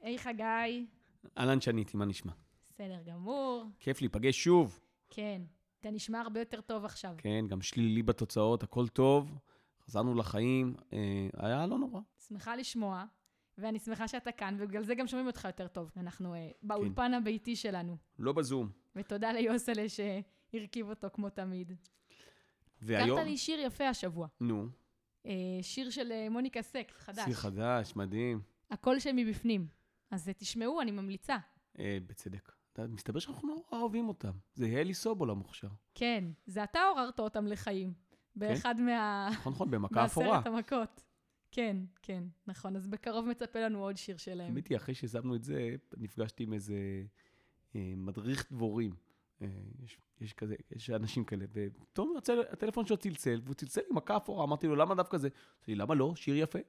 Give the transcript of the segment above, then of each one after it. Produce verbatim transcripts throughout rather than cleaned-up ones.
היי חגי. אהלן שניתי, מה נשמע? בסדר גמור. כיף להיפגש שוב. כן, אתה נשמע הרבה יותר טוב עכשיו. כן, גם שלילי בתוצאות, הכל טוב. חזרנו לחיים, אה, היה לא נורא. שמחה לשמוע, ואני שמחה שאתה כאן, ובגלל זה גם שומעים אותך יותר טוב. אנחנו אה, באולפן הביתי שלנו. לא בזום. ותודה ליוסלה שהרכיב אותו כמו תמיד. והיום? קראת לי שיר יפה השבוע. נו. אה, שיר של אה, מוניקה סק, חדש. שיר חדש, מדהים. הכל שמבפנים. אז תשמעו, אני ממליצה. אה, בצדק. אתה מסתבר שאנחנו לא אוהבים אותם. זה אלי סובול המוכשר. כן, זה אתה עוררת אותם לחיים. באחד מה... נכון, נכון, במכה אפורה. בעשרת המכות. כן, כן, נכון. אז בקרוב מצפה לנו עוד שיר שלהם. האמת היא, אחרי ששמנו את זה, נפגשתי עם איזה אה, מדריך דבורים. אה, יש, יש כזה, יש אנשים כאלה, ופתאום הצל, הטלפון שלו צלצל, והוא צלצל עם מכה אפורה. אמרתי לו, למה דווקא זה? אמרתי לי, למה לא? שיר יפה.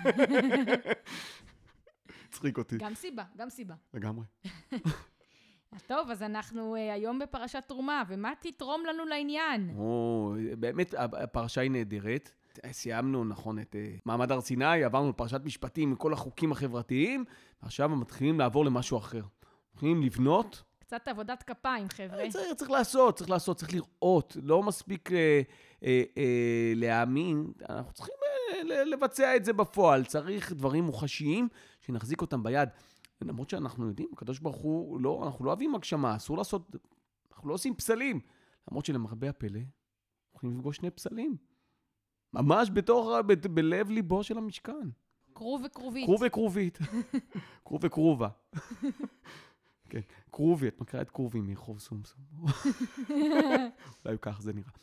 צחיק אותי. גם סיבה, גם סיבה. לגמרי. טוב, אז אנחנו uh, היום בפרשת תרומה, ומה תתרום לנו לעניין? או, באמת, הפרשה היא נהדרת. סיימנו, נכון, את uh, מעמד הר סיני, עברנו לפרשת משפטים עם כל החוקים החברתיים, ועכשיו מתחילים לעבור למשהו אחר. מתחילים לבנות. קצת עבודת כפיים, חבר'ה. צריך, צריך לעשות, צריך לעשות, צריך לראות. לא מספיק אה, אה, אה, להאמין, אנחנו צריכים אה, לבצע את זה בפועל. צריך דברים מוחשיים שנחזיק אותם ביד. למרות שאנחנו יודעים, הקדוש ברוך הוא, לא, אנחנו לא אוהבים הגשמה, אסור לעשות, אנחנו לא עושים פסלים. למרות שלמרבה הפלא, אנחנו יכולים לפגוש שני פסלים. ממש בתור, ב, בלב ליבו של המשכן. קרוב וקרובית. קרוב וקרובית. קרוב וקרובה. כן, קרובי, את מכירה את קרובי מרחוב סומסום. אולי כך זה נראה.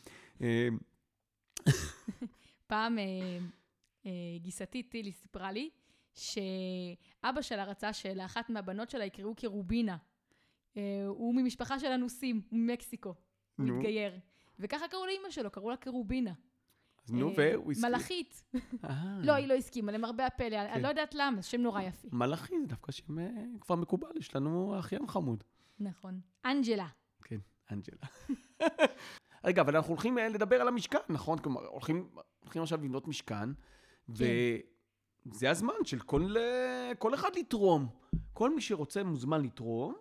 פעם גיסתי טילי סיפרה לי, שאבא שלה רצה שלאחת מהבנות שלה יקראו כרובינה. הוא ממשפחה של אנוסים, ממקסיקו. הוא התגייר. וככה קראו לאמא שלו, קראו לה כרובינה. אז נו, והוא הסכים. מלאכית. לא, היא לא הסכימה, למרבה הפלא. אני לא יודעת למה, זה שם נורא יפי. מלאכית, זה דווקא שם כבר מקובל, יש לנו אחיין חמוד. נכון. אנג'לה. כן, אנג'לה. רגע, אבל אנחנו הולכים לדבר על המשכן, נכון? כלומר, הולכים עכשיו לבנות משכן, וזה הזמן של כל אחד לתרום. כל מי שרוצה מוזמן לתרום.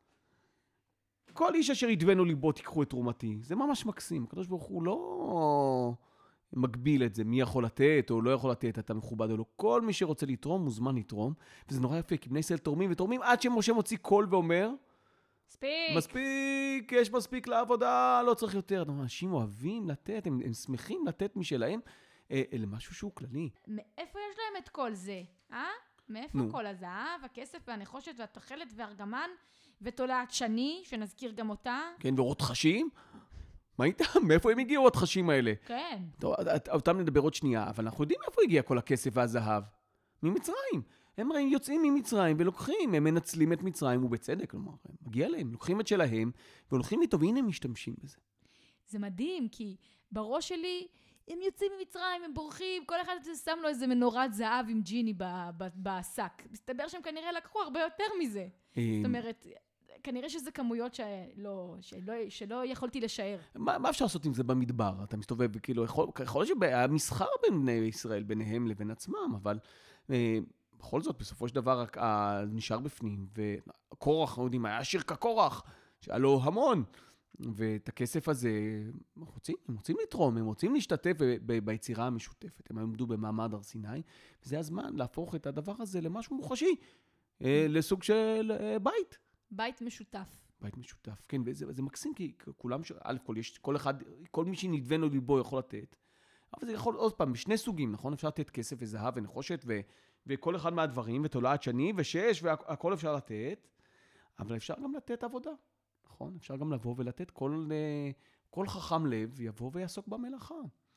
כל איש אשר ידבנו ליבו תיקחו את תרומתי. זה ממש מקסים. הקדוש ברוך הוא לא מגביל את זה, מי יכול לתת או לא יכול לתת, אתה מכובד או לא. כל מי שרוצה לתרום מוזמן לתרום, וזה נורא יפה, כי בני ישראל תורמים ותורמים עד שמשה מוציא קול ואומר, מספיק. מספיק, יש מספיק לעבודה, לא צריך יותר. אנשים אוהבים לתת, הם, הם שמחים לתת משלהם אה, למשהו שהוא כללי. מאיפה יש להם את כל זה? אה? מאיפה נו. כל הזהב, הכסף והנחושת והתוחלת והארגמן ותולעת שני, שנזכיר גם אותה? כן, ורותחשים? מה איתם? מאיפה הם הגיעו התחשים האלה? כן. טוב, אותם נדבר עוד שנייה, אבל אנחנו יודעים מאיפה הגיע כל הכסף והזהב. ממצרים. הם יוצאים ממצרים ולוקחים, הם מנצלים את מצרים, ובצדק, כלומר, מגיע להם, לוקחים את שלהם, והולכים איתו, והנה הם משתמשים בזה. זה מדהים, כי בראש שלי, הם יוצאים ממצרים, הם בורחים, כל אחד שם לו איזה מנורת זהב עם ג'יני בשק. מסתבר שהם כנראה לקחו הרבה יותר מזה. זאת אומרת, כנראה שזה כמויות שלא, שלא, שלא יכולתי לשער. מה, מה אפשר לעשות עם זה במדבר? אתה מסתובב, וכאילו, יכול, יכול להיות שהמסחר בין בני ישראל, ביניהם לבין עצמם, אבל אה, בכל זאת, בסופו של דבר, אה, נשאר בפנים, וקורח, אנחנו יודעים, היה עשיר כקורח, שהיה לו המון, ואת הכסף הזה, הם רוצים, הם רוצים לתרום, הם רוצים להשתתף ב, ב, ביצירה המשותפת, הם עמדו במעמד הר סיני, וזה הזמן להפוך את הדבר הזה למשהו מוחשי, אה, לסוג של אה, בית. בית משותף. בית משותף, כן, וזה, זה מקסים, כי כולם, א' כל, יש, כל אחד, כל מי שנדבנו ליבו יכול לתת, אבל זה יכול, עוד פעם, בשני סוגים, נכון? אפשר לתת כסף וזהב ונחושת, ו, וכל אחד מהדברים, ותולעת שני ושש, והכל אפשר לתת, אבל אפשר גם לתת עבודה, נכון? אפשר גם לבוא ולתת כל, כל חכם לב, יבוא ויעסוק במלאכה.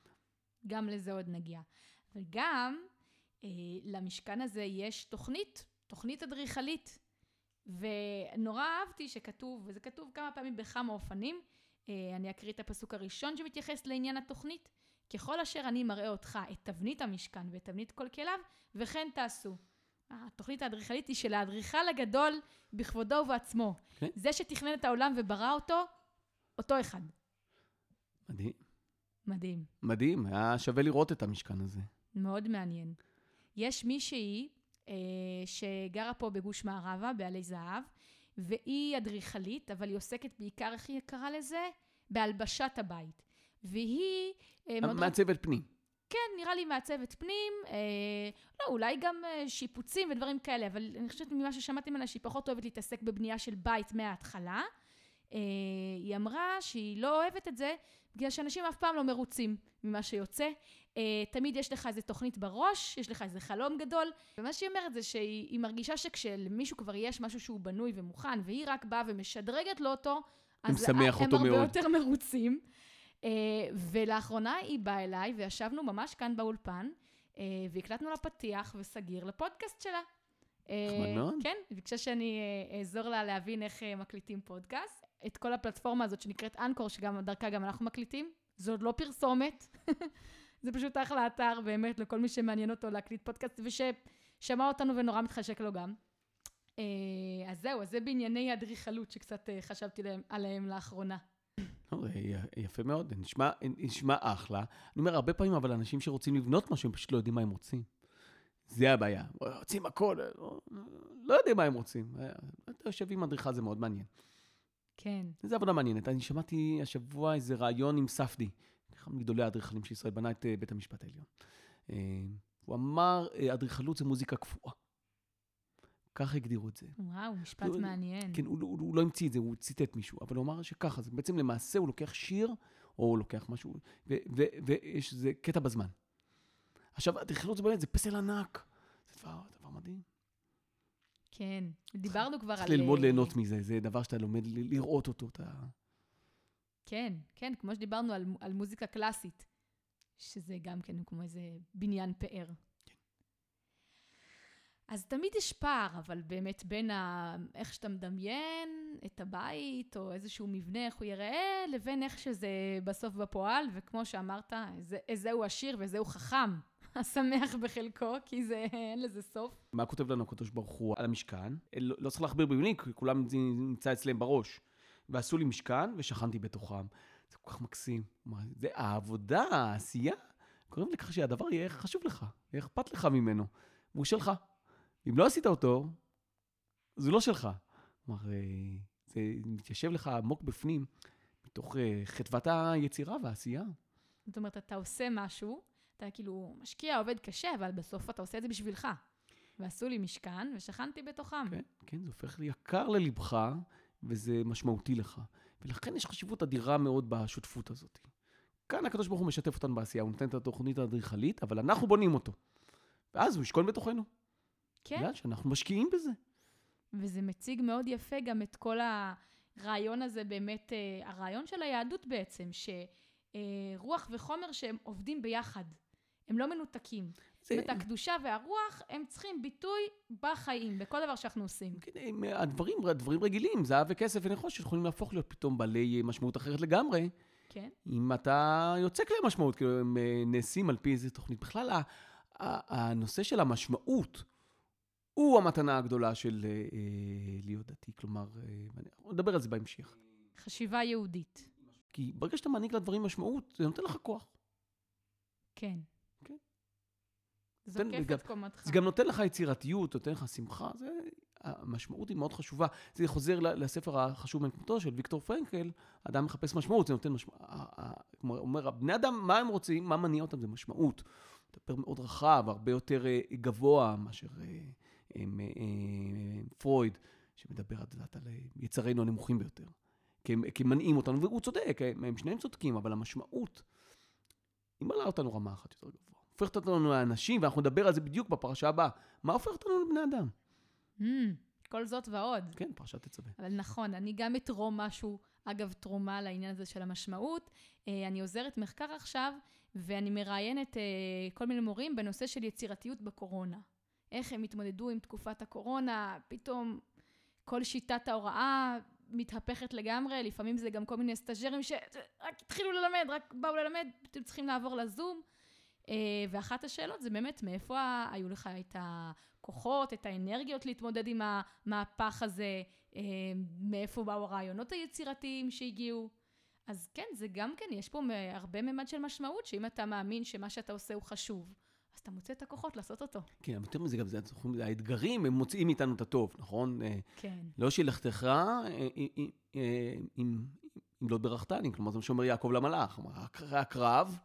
גם לזה עוד נגיע. וגם, אה, למשכן הזה יש תוכנית, תוכנית אדריכלית, ונורא אהבתי שכתוב, וזה כתוב כמה פעמים בכמה אופנים, אני אקריא את הפסוק הראשון שמתייחס לעניין התוכנית, ככל אשר אני מראה אותך את תבנית המשכן ואת תבנית כל כליו, וכן תעשו. התוכנית האדריכלית היא של האדריכל הגדול בכבודו ובעצמו. Okay. זה שתכנן את העולם וברא אותו, אותו אחד. מדהים. מדהים. מדהים, היה שווה לראות את המשכן הזה. מאוד מעניין. יש מישהי, שגרה פה בגוש מערבה, בעלי זהב, והיא אדריכלית, אבל היא עוסקת בעיקר, איך היא קראה לזה? בהלבשת הבית. והיא... מעצבת פנים. כן, נראה לי מעצבת פנים, אה, לא, אולי גם אה, שיפוצים ודברים כאלה, אבל אני חושבת ממה ששמעתי ממנה שהיא פחות אוהבת להתעסק בבנייה של בית מההתחלה. אה, היא אמרה שהיא לא אוהבת את זה, בגלל שאנשים אף פעם לא מרוצים ממה שיוצא. אה, תמיד יש לך איזו תוכנית בראש, יש לך איזה חלום גדול, ומה שהיא אומרת זה שהיא מרגישה שכשלמישהו כבר יש משהו שהוא בנוי ומוכן, והיא רק באה ומשדרגת לו אותו, אז הם הרבה יותר מרוצים. Uh, ולאחרונה היא באה אליי וישבנו ממש כאן באולפן uh, והקלטנו לה פתיח וסגיר לפודקאסט שלה. חמד מאוד. כן, ביקשה שאני uh, אעזור לה להבין איך uh, מקליטים פודקאסט. את כל הפלטפורמה הזאת שנקראת אנקור, שגם דרכה גם אנחנו מקליטים, זו עוד לא פרסומת. זה פשוט אחלה אתר באמת לכל מי שמעניין אותו להקליט פודקאסט וששמע אותנו ונורא מתחשק לו גם. Uh, אז זהו, אז זה בענייני אדריכלות שקצת uh, חשבתי להם, עליהם לאחרונה. יפה מאוד, נשמע, נשמע אחלה. אני אומר, הרבה פעמים, אבל אנשים שרוצים לבנות משהו, הם פשוט לא יודעים מה הם רוצים. זה הבעיה. רוצים הכל, לא, לא יודעים מה הם רוצים. אתה יושב עם אדריכל, זה מאוד מעניין. כן. זו עבודה מעניינת. אני שמעתי השבוע איזה רעיון עם ספדי, אחד מגדולי האדריכלים של ישראל, בנה את בית המשפט העליון. הוא אמר, אדריכלות זה מוזיקה קפואה. ככה הגדירו את זה. וואו, משפט הוא, מעניין. כן, הוא, הוא, הוא לא המציא את זה, הוא ציטט מישהו, אבל הוא אמר שככה, זה בעצם למעשה הוא לוקח שיר, או הוא לוקח משהו, ויש איזה קטע בזמן. עכשיו, אדריכלות זה באמת, זה פסל ענק. זה דבר, דבר מדהים. כן, דיברנו כבר על... צריך ללמוד ליהנות מזה, זה דבר שאתה לומד לראות אותו. אתה... כן, כן, כמו שדיברנו על, על מוזיקה קלאסית, שזה גם כן כמו איזה בניין פאר. אז תמיד יש פער, אבל באמת בין ה... איך שאתה מדמיין את הבית, או איזשהו מבנה, איך הוא יראה, לבין איך שזה בסוף בפועל, וכמו שאמרת, זה, זהו עשיר וזהו חכם, השמח בחלקו, כי זה, אין לזה סוף. מה כותב לנו הקדוש ברוך הוא על המשכן? לא, לא צריך להכביר במילים, כי כולם נמצא אצלם בראש. ועשו לי משכן ושכנתי בתוכם. זה כל כך מקסים. זה העבודה, העשייה. קוראים לכך שהדבר יהיה חשוב לך, יהיה אכפת לך ממנו. והוא שלך. אם לא עשית אותו, זה לא שלך. כלומר, זה מתיישב לך עמוק בפנים, מתוך חטבת היצירה והעשייה. זאת אומרת, אתה עושה משהו, אתה כאילו משקיע, עובד קשה, אבל בסוף אתה עושה את זה בשבילך. ועשו לי משכן, ושכנתי בתוכם. כן, כן, זה הופך יקר ללבך, וזה משמעותי לך. ולכן יש חשיבות אדירה מאוד בשותפות הזאת. כאן הקדוש ברוך הוא משתף אותנו בעשייה, הוא נותן את התוכנית האדריכלית, אבל אנחנו בונים אותו. ואז הוא ישכון בתוכנו. כן. בגלל שאנחנו משקיעים בזה. וזה מציג מאוד יפה גם את כל הרעיון הזה, באמת, הרעיון של היהדות בעצם, שרוח וחומר שהם עובדים ביחד, הם לא מנותקים. זאת אומרת, הקדושה והרוח, הם צריכים ביטוי בחיים, בכל דבר שאנחנו עושים. כן, הדברים, הדברים רגילים, זהב וכסף ונחושת, יכולים להפוך להיות פתאום בעלי משמעות אחרת לגמרי. כן. אם אתה יוצק להם משמעות, כאילו הם נעשים על פי איזה תוכנית. בכלל, הנושא של המשמעות, הוא המתנה הגדולה של אה, להיות דתי, כלומר, אה, נדבר על זה בהמשך. חשיבה יהודית. כי ברגע שאתה מעניק לדברים משמעות, זה נותן לך כוח. כן. כן. זוקף את קומתך. זה גם נותן לך יצירתיות, נותן לך שמחה, זה, המשמעות היא מאוד חשובה. זה חוזר לספר החשוב מכמותו של ויקטור פרנקל, אדם מחפש משמעות, זה נותן משמעות. הוא אומר, בני אדם, מה הם רוצים, מה מניע אותם, זה משמעות. מדבר מאוד רחב, הרבה יותר גבוה מאשר... פרויד, שמדבר על יצרינו הנמוכים ביותר, כי מנעים אותנו, והוא צודק, הם שניהם צודקים, אבל המשמעות, היא מעלה אותנו רמה אחת יותר גבוה. הופכת אותנו לאנשים, ואנחנו נדבר על זה בדיוק בפרשה הבאה. מה הופך אותנו לבני אדם? כל זאת ועוד. כן, פרשת תצווה. אבל נכון, אני גם אתרום משהו, אגב, תרומה לעניין הזה של המשמעות. אני עוזרת מחקר עכשיו, ואני מראיינת כל מיני מורים בנושא של יצירתיות בקורונה. איך הם התמודדו עם תקופת הקורונה, פתאום כל שיטת ההוראה מתהפכת לגמרי, לפעמים זה גם כל מיני סטאז'רים שרק התחילו ללמד, רק באו ללמד, פתאום צריכים לעבור לזום. ואחת השאלות זה באמת מאיפה היו לך את הכוחות, את האנרגיות להתמודד עם המהפך הזה, מאיפה באו הרעיונות היצירתיים שהגיעו. אז כן, זה גם כן, יש פה הרבה ממד של משמעות, שאם אתה מאמין שמה שאתה עושה הוא חשוב, אז אתה מוצא את הכוחות לעשות אותו. כן, אבל יותר מזה גם, זה, האתגרים, הם מוצאים איתנו את הטוב, נכון? כן. לא שילכתך רע, אם לא ברכתני, כלומר, זה מה שאומר יעקב למלאך, אחרי הקרב,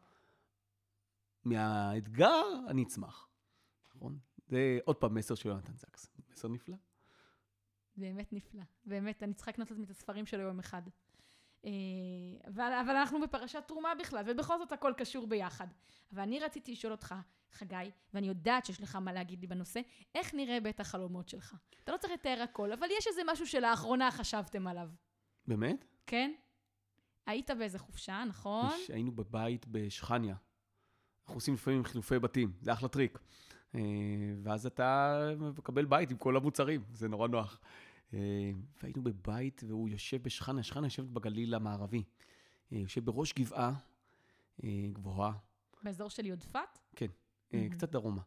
מהאתגר אני אצמח, נכון? זה עוד פעם מסר של יונתן זקס, מסר נפלא. באמת נפלא, באמת, אני צריכה לקנות את הספרים שלו יום אחד. אבל, אבל אנחנו בפרשת תרומה בכלל, ובכל זאת הכל קשור ביחד. אבל אני רציתי לשאול אותך, חגי, ואני יודעת שיש לך מה להגיד לי בנושא, איך נראה בית החלומות שלך? אתה לא צריך לתאר הכל, אבל יש איזה משהו שלאחרונה חשבתם עליו. באמת? כן? היית באיזה חופשה, נכון? היינו בבית בשכניה. אנחנו עושים לפעמים חילופי בתים, זה אחלה טריק. ואז אתה מקבל בית עם כל המוצרים, זה נורא נוח. והיינו בבית, והוא יושב בשכניה, שכניה יושבת בגליל המערבי. יושב בראש גבעה גבוהה. באזור של יודפת? כן, קצת דרומה.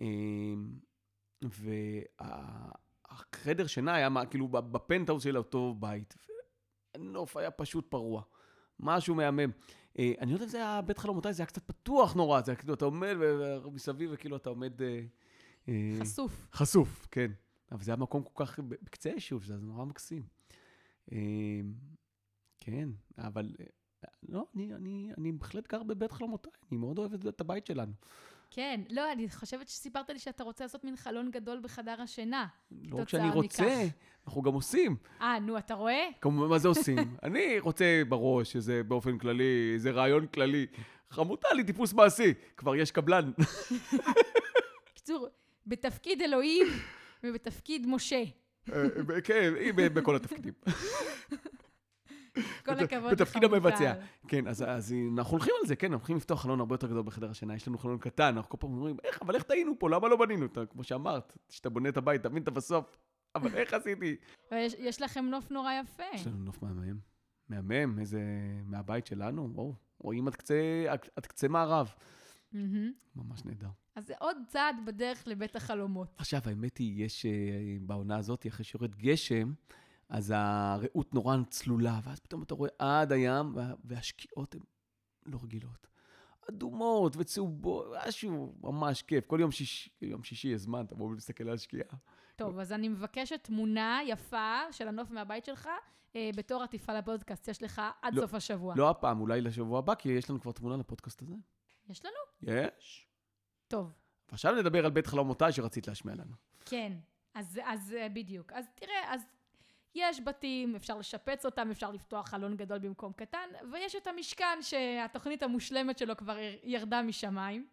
והחדר שינה היה כאילו בפנטהאוס של אותו בית. והנוף היה פשוט פרוע. משהו מהמם. אני לא יודע אם זה היה בית חלומותיי, זה היה קצת פתוח נורא. זה היה כאילו, אתה עומד מסביב וכאילו אתה עומד... חשוף. חשוף, כן. אבל זה היה מקום כל כך בקצה היישוב, זה נורא מקסים. כן, אבל לא, אני, אני, אני בהחלט גר בבית חלומותיי, אני מאוד אוהב את הבית שלנו. כן, לא, אני חושבת שסיפרת לי שאתה רוצה לעשות מין חלון גדול בחדר השינה. לא רק שאני רוצה, אנחנו גם עושים. אה, נו, אתה רואה? כמובן, מה זה עושים? אני רוצה בראש, איזה באופן כללי, איזה רעיון כללי. חמותה לי טיפוס מעשי, כבר יש קבלן. קצור, בתפקיד אלוהים ובתפקיד משה. כן, בכל התפקידים. כל הכבוד לך מותר. בתפקיד המבצע. כן, אז אנחנו הולכים על זה, כן, אנחנו הולכים לפתוח חלון הרבה יותר גדול בחדר השינה, יש לנו חלון קטן, אנחנו כל פעם אומרים, איך, אבל איך טעינו פה, למה לא בנינו אותה? כמו שאמרת, שאתה בונה את הבית, תבין את בסוף, אבל איך עשיתי? יש לכם נוף נורא יפה. יש לנו נוף מהמם, מהמם, איזה, מהבית שלנו, רואים עד קצה מערב. ממש נהדר. אז זה עוד צעד בדרך לבית החלומות. עכשיו, האמת היא, יש בעונה הזאת, אחרי שיורד גשם, אז הרעות נורא צלולה, ואז פתאום אתה רואה עד הים, והשקיעות הן לא רגילות. אדומות וצהובות, משהו ממש כיף. כל יום שישי, יום שישי יש זמן, אתה בוא ולהסתכל על השקיעה. טוב, אז אני מבקשת תמונה יפה של הנוף מהבית שלך, בתור עטיפה לפודקאסט. יש לך עד סוף השבוע. לא הפעם, אולי לשבוע הבא, כי יש לנו כבר תמונה לפודקאסט הזה. יש לנו? יש. טוב. ועכשיו נדבר על בית חלומותיי שרצית להשמיע לנו. כן, אז, אז בדיוק. אז תראה, אז יש בתים, אפשר לשפץ אותם, אפשר לפתוח חלון גדול במקום קטן, ויש את המשכן שהתוכנית המושלמת שלו כבר ירדה משמיים.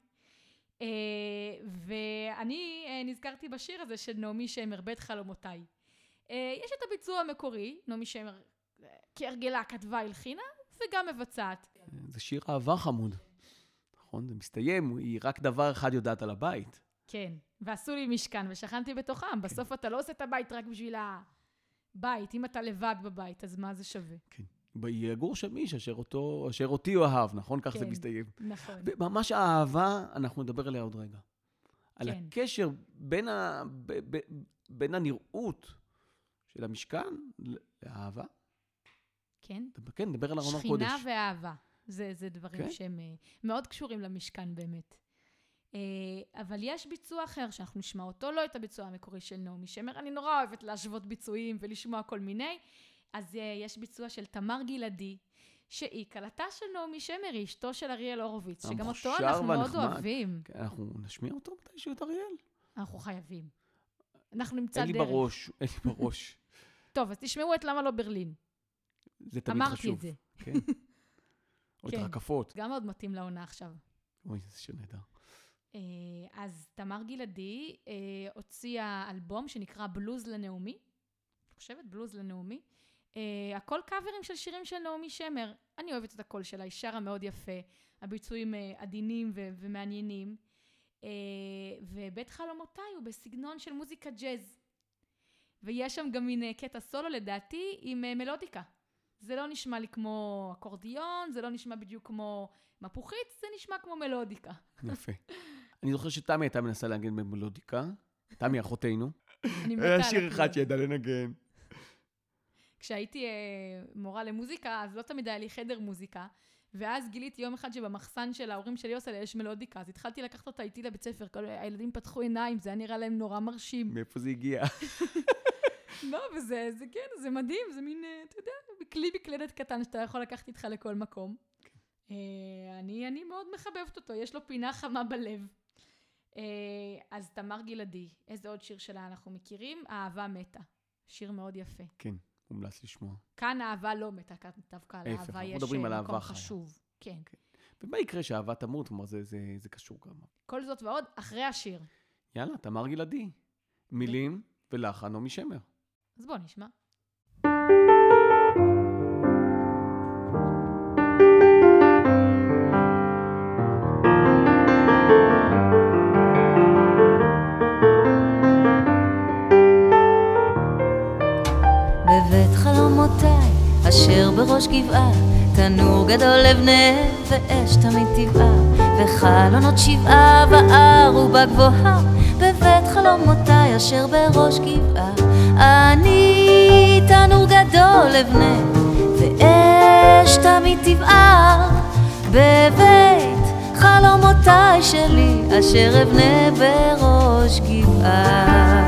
ואני נזכרתי בשיר הזה של נעמי שמר, בית חלומותיי. יש את הביצוע המקורי, נעמי שמר כהרגלה כתבה הלחינה, וגם מבצעת. זה שיר אהבה חמוד. נכון, זה מסתיים, היא רק דבר אחד יודעת על הבית. כן, ועשו לי משכן ושכנתי בתוכם. בסוף אתה לא עושה את הבית רק בשביל הבית. אם אתה לבד בבית, אז מה זה שווה? כן. יגור שם איש אשר אותו, אשר אותי אוהב, נכון? כך זה מסתיים. נכון. וממש האהבה, אנחנו נדבר עליה עוד רגע. על הקשר בין ה... בין הנראות של המשכן לאהבה. כן. כן, נדבר על ארון הקודש. שכינה ואהבה. זה, זה דברים okay. שהם מאוד קשורים למשכן באמת. אבל יש ביצוע אחר שאנחנו נשמע אותו, לא את הביצוע המקורי של נעמי שמר. אני נורא אוהבת להשוות ביצועים ולשמוע כל מיני. אז יש ביצוע של תמר גלעדי, שהיא קלטה של נעמי שמר, אשתו של אריאל הורוביץ, שגם אותו אנחנו מאוד אוהבים. אנחנו נשמיע אותו מתישהו את אריאל? אנחנו חייבים. אנחנו נמצא דרך. אין לי בראש, אין לי בראש. טוב, אז תשמעו את למה לא ברלין. זה תמיד חשוב. אמרתי את זה. כן. או את הרקפות. גם מאוד מתאים לעונה עכשיו. אוי, זה שיר נהדר. אז תמר גלעדי הוציאה אלבום שנקרא בלוז לנעמי. אני חושבת, בלוז לנעמי. הכל קאברים של שירים של נעמי שמר. אני אוהבת את הקול שלה, היא שרה מאוד יפה. הביצועים עדינים ומעניינים. ובית חלומותיי הוא בסגנון של מוזיקה ג'אז. ויש שם גם מין קטע סולו לדעתי עם מלודיקה. זה לא נשמע לי כמו אקורדיון, זה לא נשמע בדיוק כמו מפוחית, זה נשמע כמו מלודיקה. יפה. אני זוכר שתמי הייתה מנסה להגן במלודיקה. תמי אחותינו. אני מתה על היה שיר אחד שידע לנגן. כשהייתי מורה למוזיקה, אז לא תמיד היה לי חדר מוזיקה, ואז גיליתי יום אחד שבמחסן של ההורים שלי עושה לי יש מלודיקה, אז התחלתי לקחת אותה איתי לבית ספר, כל הילדים פתחו עיניים, זה היה נראה להם נורא מרשים. מאיפה זה הגיע? לא, וזה, זה כן, זה מדהים, זה מין, אתה יודע, כלי מקלדת קטן שאתה יכול לקחת איתך לכל מקום. אני, אני מאוד מחבבת אותו, יש לו פינה חמה בלב. אז תמר גלעדי, איזה עוד שיר שלה אנחנו מכירים? אהבה מתה. שיר מאוד יפה. כן, מומלץ לשמוע. כאן אהבה לא מתה, כאן דווקא על אהבה יש מקום חשוב. כן. ומה יקרה שאהבה תמות? כלומר, זה, זה, זה קשור גם. כל זאת ועוד, אחרי השיר. יאללה, תמר גלעדי. מילים ולחן נעמי שמר. אז בוא נשמע. בבית חלומותיי אשר בראש גבעה, תנור גדול לבנה ואש תמיד טבעה, וחלונות שבעה בער ובגבוהה, בבית חלומותיי אשר בראש גבעה, אני תנור גדול לבנה ואש תמיד טבעה, בבית חלומותיי שלי אשר אבנה בראש גבעה.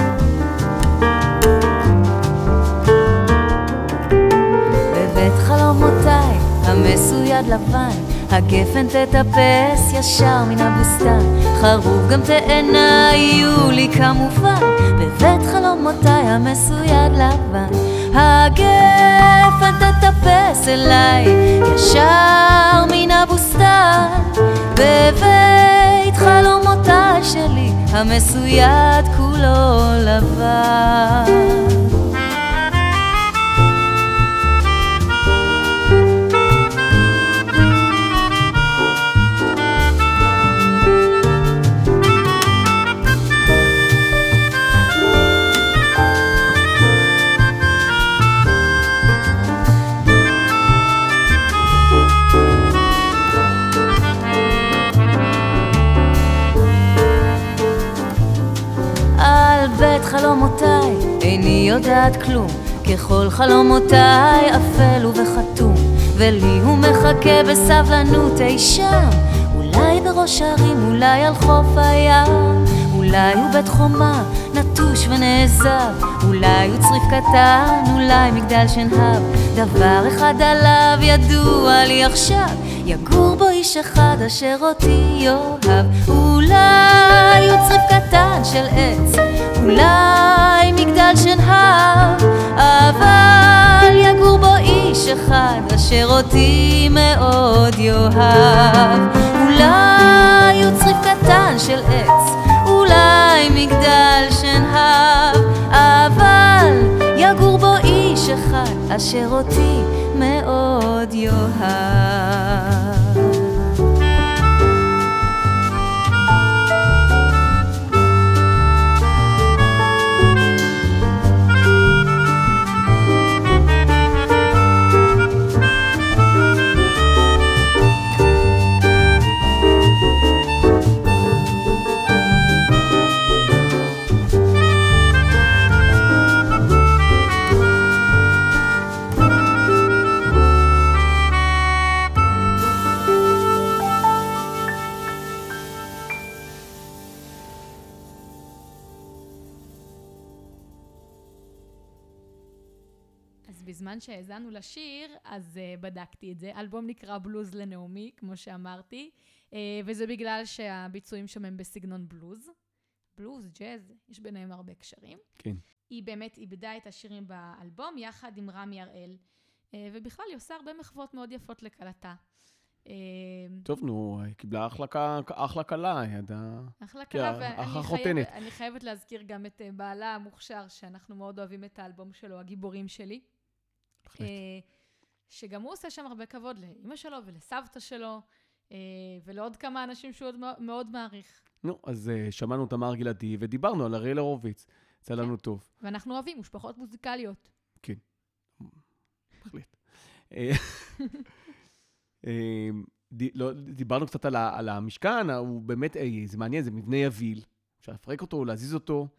בבית חלומותיי המסויד לבן, הגפן תטפס ישר מן הבוסתן, חרוב גם תאנה יהיו לי כמובן, בבית חלומותיי המסויד לבן, הגפן תטפס אליי ישר מן הבוסתן, בבית חלומותיי שלי המסויד כולו לבן. חלומותיי איני יודעת כלום, ככל חלומותיי אפל ובחתום, ולי הוא מחכה בסבלנות אי שם, אולי בראש הרים, אולי על חוף הים, אולי הוא בית חומה נטוש ונעזב, אולי הוא צריף קטן, אולי מגדל שנהב, דבר אחד עליו ידוע לי עכשיו, יגור בו איש אחד אשר אותי יאהב, אולי הוא צריף קטן של עץ, אולי מגדל שנהב, אבל יגור בו איש אחד אשר אותי מאוד יאהב, אולי הוא צריף קטן של עץ, אולי מגדל שנהב, אבל יגור בו איש אחד אשר אותי מאוד יאהב. בזמן שהאזנו לשיר, אז uh, בדקתי את זה. אלבום נקרא בלוז לנעמי, כמו שאמרתי, uh, וזה בגלל שהביצועים שם הם בסגנון בלוז. בלוז, ג'אז, יש ביניהם הרבה קשרים. כן. היא באמת איבדה את השירים באלבום, יחד עם רמי הראל, uh, ובכלל היא עושה הרבה מחוות מאוד יפות לקלטה. Uh, טוב, נו, היא קיבלה אחלה, אחלה קלה, ידעה. אחלה קלה, ואני חייבת, אני חייבת להזכיר גם את uh, בעלה המוכשר, שאנחנו מאוד אוהבים את האלבום שלו, הגיבורים שלי. שגם הוא עושה שם הרבה כבוד לאמא שלו ולסבתא שלו, ולעוד כמה אנשים שהוא מאוד מעריך. נו, אז שמענו תמר גלעדי ודיברנו על אריאל הורוביץ. זה לנו טוב. ואנחנו אוהבים משפחות מוזיקליות. כן, בהחלט. דיברנו קצת על המשכן, הוא באמת, זה מעניין, זה מבנה יביל, אפשר לפרק אותו, להזיז אותו.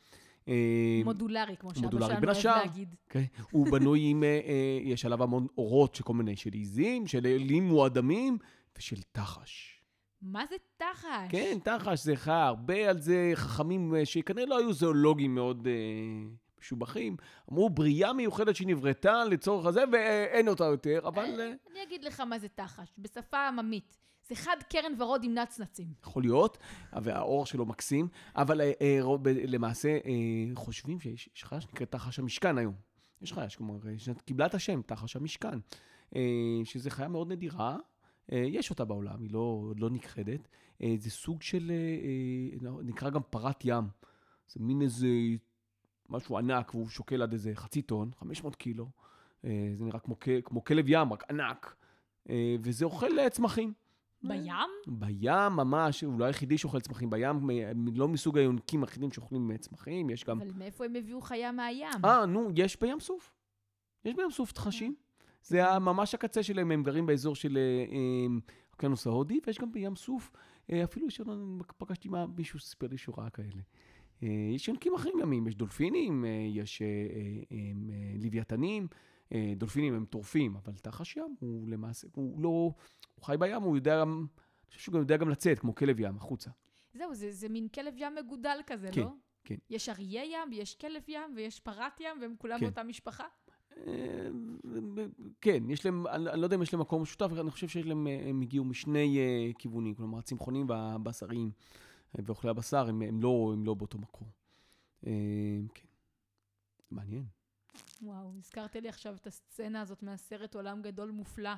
מודולרי, כמו שאבא מודולרי, שלנו בין אוהב השאר. להגיד. כן, הוא בנוי עם, אה, אה, יש עליו המון אורות של כל מיני, של עיזים, של אלים מועדמים, ושל תחש. מה זה תחש? כן, תחש זה חי, הרבה על זה חכמים אה, שכנראה לא היו זואולוגים מאוד אה, משובחים. אמרו, בריאה מיוחדת שנבראתה לצורך הזה, ואין אותה יותר, אבל... אה, אני אגיד לך מה זה תחש, בשפה עממית. זה חד קרן ורוד עם נצנצים. יכול להיות, והאור שלו מקסים, אבל אה, אה, רוב- ב- למעשה אה, חושבים שיש יש חיה שנקראת תחש המשכן היום. יש חיה שכלומר, אה, שקיבלה את השם, תחש המשכן, אה, שזו חיה מאוד נדירה, אה, יש אותה בעולם, היא לא, לא נכחדת. אה, זה סוג של, אה, אה, נקרא גם פרת ים. זה מין איזה משהו ענק, והוא שוקל עד איזה חצי טון, חמש מאות קילו. אה, זה נראה כמו, כ- כמו כלב ים, רק ענק. אה, וזה אוכל אה, צמחים. בים? בים ממש, הוא לא היחידי שאוכל צמחים בים, מ- לא מסוג היונקים היחידים שאוכלים צמחים, יש גם... אבל מאיפה הם הביאו חיה מהים? אה, נו, יש בים סוף. יש בים סוף תחשים. זה ה- ממש הקצה שלהם, הם גרים באזור של אה, אה, האוקיינוס ההודי, ויש גם בים סוף, אה, אפילו שלא פגשתי מה מישהו סיפר לי שורה כאלה. אה, יש יונקים אחרים ימים, יש דולפינים, אה, יש אה, אה, אה, לוויתנים, אה, דולפינים הם טורפים, אבל תחש ים הוא למעשה, הוא לא, הוא חי בים, הוא יודע גם, אני חושב שהוא גם יודע גם לצאת, כמו כלב ים, החוצה. זהו, זה, זה מין כלב ים מגודל כזה, כן, לא? כן. יש אריה ים, יש כלב ים, ויש פרת ים, והם כולם כן. באותה משפחה. אה, כן, יש להם, אני אני לא יודע אם יש להם מקום משותף, אבל אני חושב שיש להם, אה, הם הגיעו משני אה, כיוונים, כלומר, הצמחונים והבשריים אה, ואוכלי הבשר, הם, הם, לא, הם לא באותו מקום. אה, כן, מעניין. וואו, הזכרת לי עכשיו את הסצנה הזאת מהסרט עולם גדול מופלא,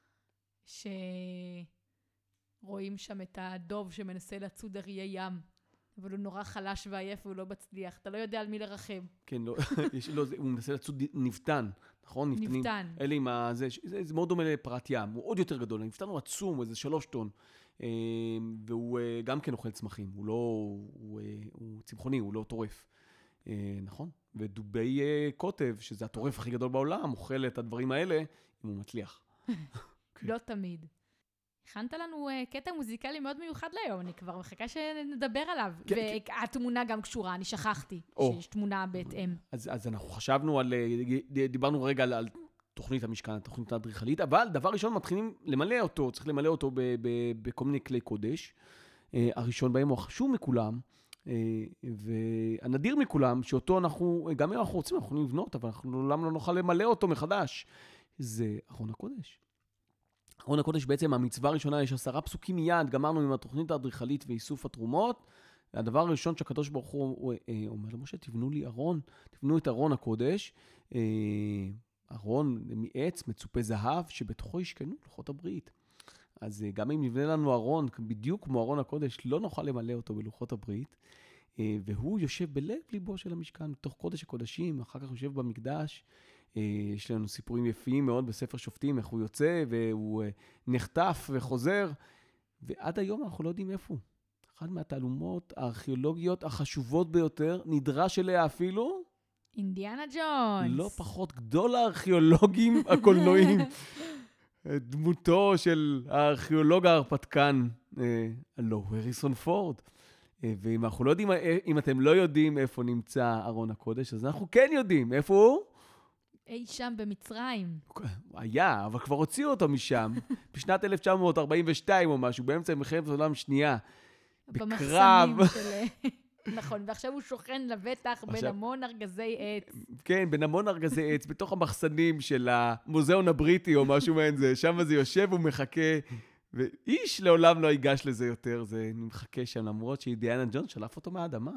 שרואים שם את הדוב שמנסה לצוד אריה ים, אבל הוא נורא חלש ועייף והוא לא מצליח. אתה לא יודע על מי לרחם. כן, לא, יש, לא, זה, הוא מנסה לצוד נבטן, נכון? נבטנים. נבטן. אלה עם ה... זה, זה, זה מאוד דומה לפרת ים, הוא עוד יותר גדול, הנבטן הוא עצום, איזה שלוש טון, אה, והוא אה, גם כן אוכל צמחים, הוא לא, הוא, אה, הוא צמחוני, הוא לא טורף, אה, נכון? ודובי אה, קוטב, שזה הטורף הכי גדול בעולם, אוכל את הדברים האלה, אם הוא מצליח. לא תמיד. הכנת לנו uh, קטע מוזיקלי מאוד מיוחד להיום, אני כבר מחכה שנדבר עליו. כן, והתמונה גם קשורה, אני שכחתי או. שיש תמונה בהתאם. אז, אז אנחנו חשבנו על, אה, דיברנו רגע על, על תוכנית המשכן, התוכנית האדריכלית, אבל דבר ראשון מתחילים למלא אותו, צריך למלא אותו ב, ב, בכל מיני כלי קודש. אה, הראשון בהם הוא החשוב מכולם, אה, והנדיר מכולם, שאותו אנחנו, גם אם אנחנו רוצים, אנחנו יכולים לבנות, אבל אנחנו לעולם לא נוכל למלא אותו מחדש. זה ארון הקודש. ארון הקודש בעצם המצווה הראשונה, יש עשרה פסוקים מיד, גמרנו עם התוכנית האדריכלית ואיסוף התרומות. הדבר הראשון שהקדוש ברוך הוא, הוא אה, אומר למשה, תבנו לי ארון, תבנו את ארון הקודש, אה, ארון מעץ, מצופה זהב, שבתוכו ישכנו לוחות הברית. אז אה, גם אם נבנה לנו ארון, בדיוק כמו ארון הקודש, לא נוכל למלא אותו בלוחות הברית, אה, והוא יושב בלב ליבו של המשכן, בתוך קודש הקודשים, אחר כך יושב במקדש. יש לנו סיפורים יפים מאוד בספר שופטים, איך הוא יוצא והוא נחטף וחוזר, ועד היום אנחנו לא יודעים איפה הוא. אחת מהתעלומות הארכיאולוגיות החשובות ביותר, נדרש אליה אפילו, אינדיאנה ג'ונס. לא פחות גדול הארכיאולוגים הקולנועים. דמותו של הארכיאולוג ההרפתקן, הלו, הריסון פורד. ואם אנחנו לא יודעים, אם אתם לא יודעים איפה נמצא ארון הקודש, אז אנחנו כן יודעים איפה הוא. אי שם במצרים. היה, אבל כבר הוציאו אותו משם, בשנת אלף תשע מאות ארבעים ושתיים או משהו, באמצע מלחמת העולם שנייה, בקרב. של... נכון, ועכשיו הוא שוכן לבטח בין המון ארגזי עץ. כן, בין המון ארגזי עץ, בתוך המחסנים של המוזיאון הבריטי או משהו מעין זה, שם זה יושב ומחכה, ואיש לעולם לא ייגש לזה יותר, זה מחכה שם, למרות שאינדיאנה ג'ונס שלף אותו מהאדמה.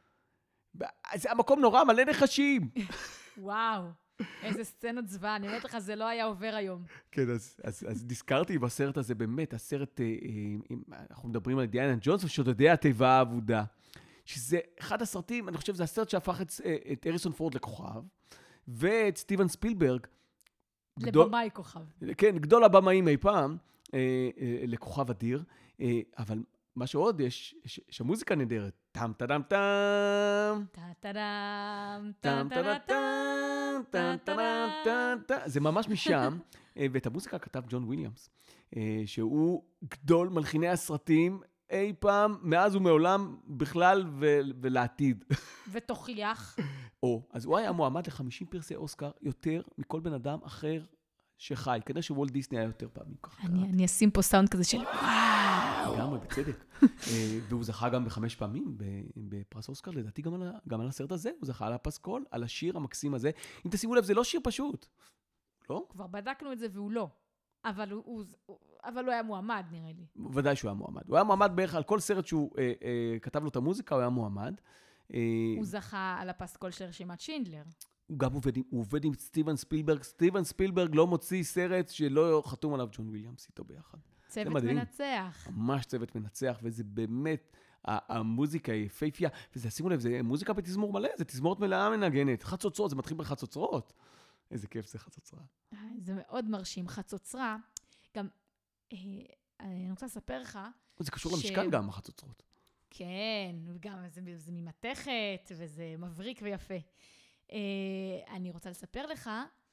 זה המקום נורא, מלא נחשים. וואו. איזה סצנות זוועה, אני אומרת לך, זה לא היה עובר היום. כן, אז, אז, אז נזכרתי בסרט הזה, באמת, הסרט, אה, אה, אנחנו מדברים על דיאנה ג'ונס ושודדי התיבה האבודה, שזה אחד הסרטים, אני חושב, זה הסרט שהפך את, את הריסון פורד לכוכב, ואת סטיבן ספילברג, לבמאי כוכב. כן, גדול הבמאים אי פעם, אה, אה, לכוכב אדיר, אה, אבל מה שעוד, יש, יש, יש המוזיקה נהדרת, טם טדם טם, טה-טדם, טם טדם טם, טם טדם טם, טם, זה ממש משם, ואת המוזיקה כתב ג'ון וויליאמס, שהוא גדול מלחיני הסרטים, אי פעם, מאז ומעולם, בכלל ו- ולעתיד. ותוכיח. או, אז הוא היה מועמד ל-חמישים פרסי אוסקר יותר מכל בן אדם אחר שחי. כנראה שוולט דיסני היה יותר פעמים ככה. אני, אני אשים פה סאונד כזה של וואו. לגמרי, בצדק. והוא זכה גם בחמש פעמים בפרס אוסקר, לדעתי גם על, גם על הסרט הזה, הוא זכה על הפסקול, על השיר המקסים הזה. אם תשימו לב, זה לא שיר פשוט. לא? כבר בדקנו את זה והוא לא. אבל הוא, הוא, אבל הוא היה מועמד, נראה לי. ודאי שהוא היה מועמד. הוא היה מועמד בערך על כל סרט שהוא אה, אה, כתב לו את המוזיקה, הוא היה מועמד. אה, הוא זכה על הפסקול של רשימת שינדלר. הוא גם עובד עם, הוא עובד עם סטיבן ספילברג. סטיבן ספילברג לא מוציא סרט שלא חתום עליו ג'ון וויליאמס איתו ביחד. צוות מנצח. ממש צוות מנצח, וזה באמת, המוזיקה היא יפהפייה, וזה, שימו לב, זה מוזיקה בתזמור מלא, זה תזמורת מלאה מנגנת, חצוצרות, זה מתחיל בחצוצרות. איזה כיף זה חצוצרה. זה מאוד מרשים. חצוצרה, גם, אה, אני רוצה לספר לך, זה קשור למשכן גם, החצוצרות. כן, וגם זה, זה ממתכת, וזה מבריק ויפה. אה, אני רוצה לספר לך,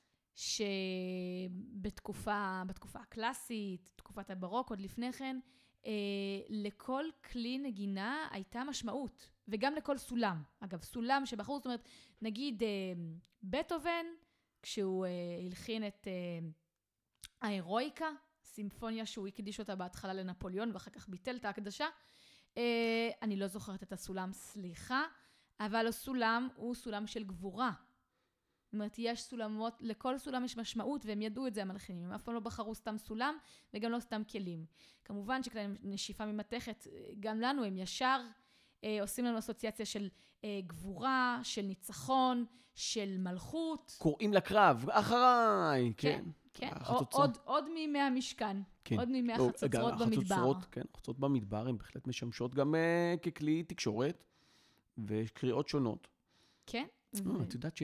שבתקופה, בתקופה הקלאסית, תקופת הברוק, עוד לפני כן, אה, לכל כלי נגינה הייתה משמעות, וגם לכל סולם. אגב, סולם שבחרו, זאת אומרת, נגיד אה, בטהובן, כשהוא אה, הלחין את אה, ההירואיקה, סימפוניה שהוא הקדיש אותה בהתחלה לנפוליאון, ואחר כך ביטל את ההקדשה, אה, אני לא זוכרת את הסולם, סליחה, אבל הסולם הוא סולם של גבורה. זאת אומרת, יש סולמות, לכל סולם יש משמעות, והם ידעו את זה המלחינים. הם אף פעם לא בחרו סתם סולם, וגם לא סתם כלים. כמובן שכלי נשיפה ממתכת, גם לנו הם ישר אה, עושים לנו אסוציאציה של אה, גבורה, של ניצחון, של מלכות. קוראים לקרב, אחריי, כן. כן, כן. עוד, עוד מימי המשכן. כן. עוד מימי לא, החצוצרות גם, במדבר. החצוצרות, כן, החצוצרות במדבר, הן בהחלט משמשות גם uh, ככלי תקשורת, וקריאות שונות. כן. ו... את יודעת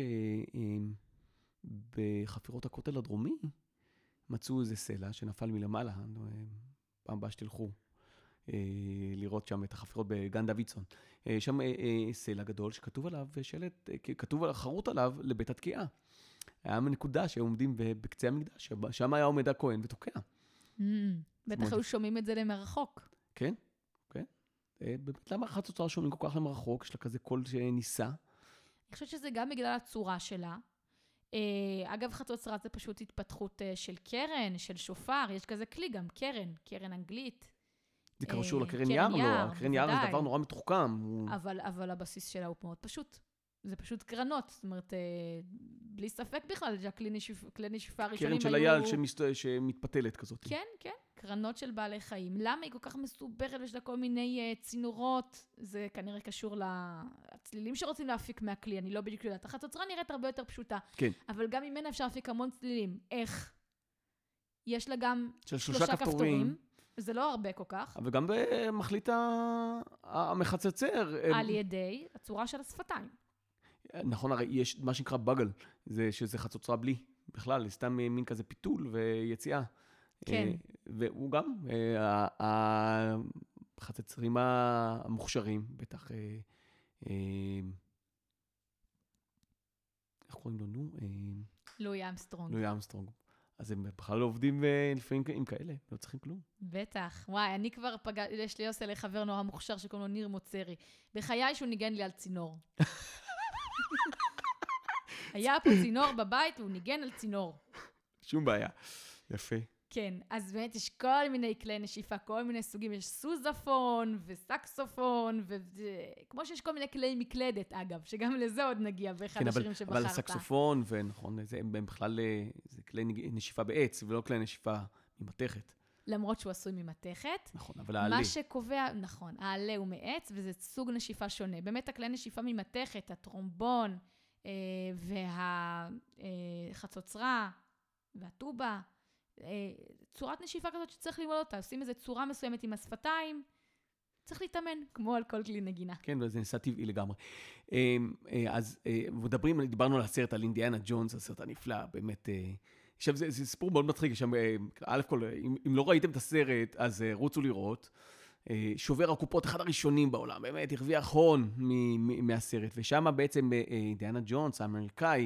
שבחפירות הכותל הדרומי מצאו איזה סלע שנפל מלמעלה, פעם הבאה שתלכו לראות שם את החפירות בגן דוידסון. שם סלע גדול שכתוב עליו שלט, כתוב חרוט עליו לבית התקיעה. היה מנקודה שהיו עומדים בקצה המקדש, שם היה עומד הכהן ותוקע. בטח היו שומעים את זה למרחוק. כן, כן. באמת, למה החצוצרה שומעים כל כך למרחוק? יש לה כזה קול שניסה. אני חושבת שזה גם בגלל הצורה שלה. אגב, חצוצרה זה פשוט התפתחות של קרן, של שופר, יש כזה כלי גם, קרן, קרן אנגלית. זה קשור לקרן יער? לא, הקרן יער זה דבר נורא מתוחכם. אבל, אבל הבסיס שלה הוא מאוד פשוט. זה פשוט קרנות, זאת אומרת, בלי ספק בכלל, שהכלי נשיפה הראשונים היו... קרן של אייל שמסת... שמתפתלת כזאת. כן, כן, קרנות של בעלי חיים. למה היא כל כך מסוברת ויש לה כל מיני צינורות? זה כנראה קשור לצלילים שרוצים להפיק מהכלי, אני לא בדיוק יודעת. החצוצרה נראית הרבה יותר פשוטה. כן. אבל גם ממנה אפשר להפיק המון צלילים. איך? יש לה גם של שלושה כפתורים. זה לא הרבה כל כך. אבל גם במחליט המחצצר. על ידי הצורה של השפתיים. נכון, הרי יש מה שנקרא בגל, זה שזה חצוצרה בלי, בכלל, סתם מין כזה פיתול ויציאה. כן. והוא גם, החצוצרים המוכשרים, בטח, איך קוראים לו, נו? לואי אמסטרונג. לואי אמסטרונג. אז הם בכלל לא עובדים לפעמים עם כאלה, לא צריכים כלום. בטח. וואי, אני כבר פגע, יש לי עושה לחבר נורא מוכשר שקוראים לו ניר מוצרי. בחיי שהוא ניגן לי על צינור. היה פה צינור בבית, והוא ניגן על צינור. שום בעיה. יפה. כן, אז באמת יש כל מיני כלי נשיפה, כל מיני סוגים, יש סוזפון וסקסופון, וכמו שיש כל מיני כלי מקלדת, אגב, שגם לזה עוד נגיע באחד השירים שבחרת. אבל הסקסופון, ונכון, הם בכלל, זה כלי נשיפה בעץ, ולא כלי נשיפה ממתכת. למרות שהוא עשוי ממתכת. נכון, אבל העלה. מה שקובע, נכון, העלה הוא מעץ, וזה סוג נשיפה שונה. באמת הכלי נשיפה ממתכת, הטרומבון, והחצוצרה, והטובה, צורת נשיפה כזאת שצריך ללמוד אותה, עושים איזו צורה מסוימת עם השפתיים, צריך להתאמן, כמו על כל כלי נגינה. כן, וזה ניסה טבעי לגמרי. אז מדברים, דיברנו על הסרט, על אינדיאנה ג'ונס, הסרט הנפלא, באמת, עכשיו זה, זה סיפור מאוד מצחיק, שם, א' כל, אם, אם לא ראיתם את הסרט, אז רוצו לראות, שובר הקופות, אחד הראשונים בעולם, באמת, הרוויח הון מהסרט, ושם בעצם אינדיאנה ג'ונס, האמריקאי,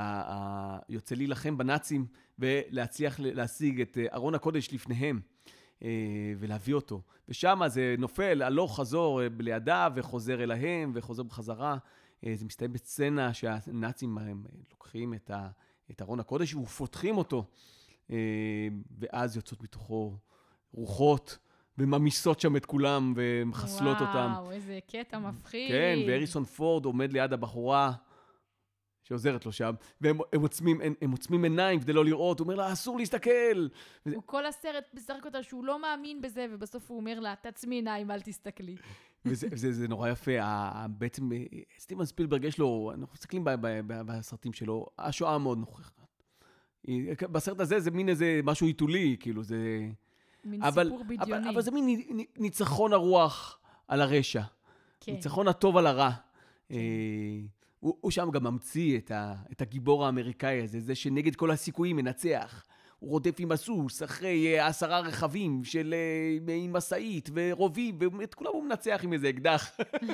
יוצא להילחם בנאצים, ולהצליח להשיג את ארון הקודש לפניהם. ולהביא אותו. ושם זה נופל, הלוך חזור לידיו, וחוזר אליהם, וחוזר בחזרה. זה מסתיים בסצנה שהנאצים הם לוקחים את, ה, את ארון הקודש, ופותחים אותו, ואז יוצאות מתוכו רוחות, וממיסות שם את כולם, ומחסלות וואו, אותם. וואו, איזה קטע מפחיד. כן, והריסון פורד עומד ליד הבחורה, שעוזרת לו שם, והם הם עוצמים, הם, הם עוצמים עיניים כדי לא לראות, הוא אומר לה, אסור להסתכל. הוא כל הסרט משחק אותה שהוא לא מאמין בזה, ובסוף הוא אומר לה, תעצמי עיניים, אל תסתכלי. וזה זה, זה נורא יפה, בעצם סטיבן ספילברג יש לו, אנחנו מסתכלים בסרטים שלו, השואה מאוד נוכחת. בסרט הזה זה מין איזה משהו עיתולי, כאילו זה... מין אבל, סיפור בדיוני. אבל, אבל זה מין ניצחון הרוח על הרשע. כן. ניצחון הטוב על הרע. כן. הוא, הוא שם גם ממציא את, ה, את הגיבור האמריקאי הזה, זה שנגד כל הסיכויים מנצח. הוא רודף עם הסוס, אחרי uh, עשרה רכבים של uh, עם מסעית ורובים, ואת כולם הוא מנצח עם איזה אקדח.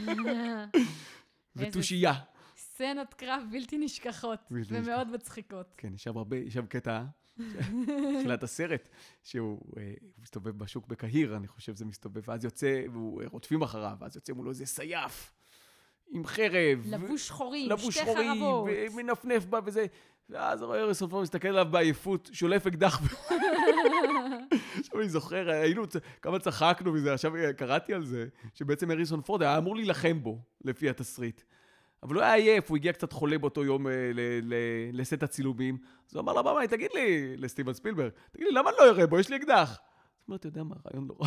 ותושייה. סצנות קרב בלתי נשכחות, ומאוד מצחיקות. כן, יש שם הרבה, יש שם קטע, תחילת הסרט, שהוא uh, מסתובב בשוק בקהיר, אני חושב זה מסתובב, ואז יוצא, והוא רודפים אחריו, ואז יוצא מולו איזה סייף. עם חרב. לבוש שחורים, לבוש שתי שחורים, חרבות. ומנפנף בה וזה. ואז הריסון פורד מסתכל עליו בעייפות, שולף אקדח. עכשיו אני זוכר, היינו, כמה צחקנו מזה, עכשיו קראתי על זה, שבעצם הריסון פורד היה אמור להילחם בו, לפי התסריט. אבל הוא היה עייף, הוא הגיע קצת חולה באותו יום לסט הצילומים. אז הוא אמר לה, במאי, תגיד לי, לסטיבן ספילברג, תגיד לי, למה אני לא אראה בו? יש לי אקדח. זאת אומרת, אתה יודע מה, רעיון לא רע.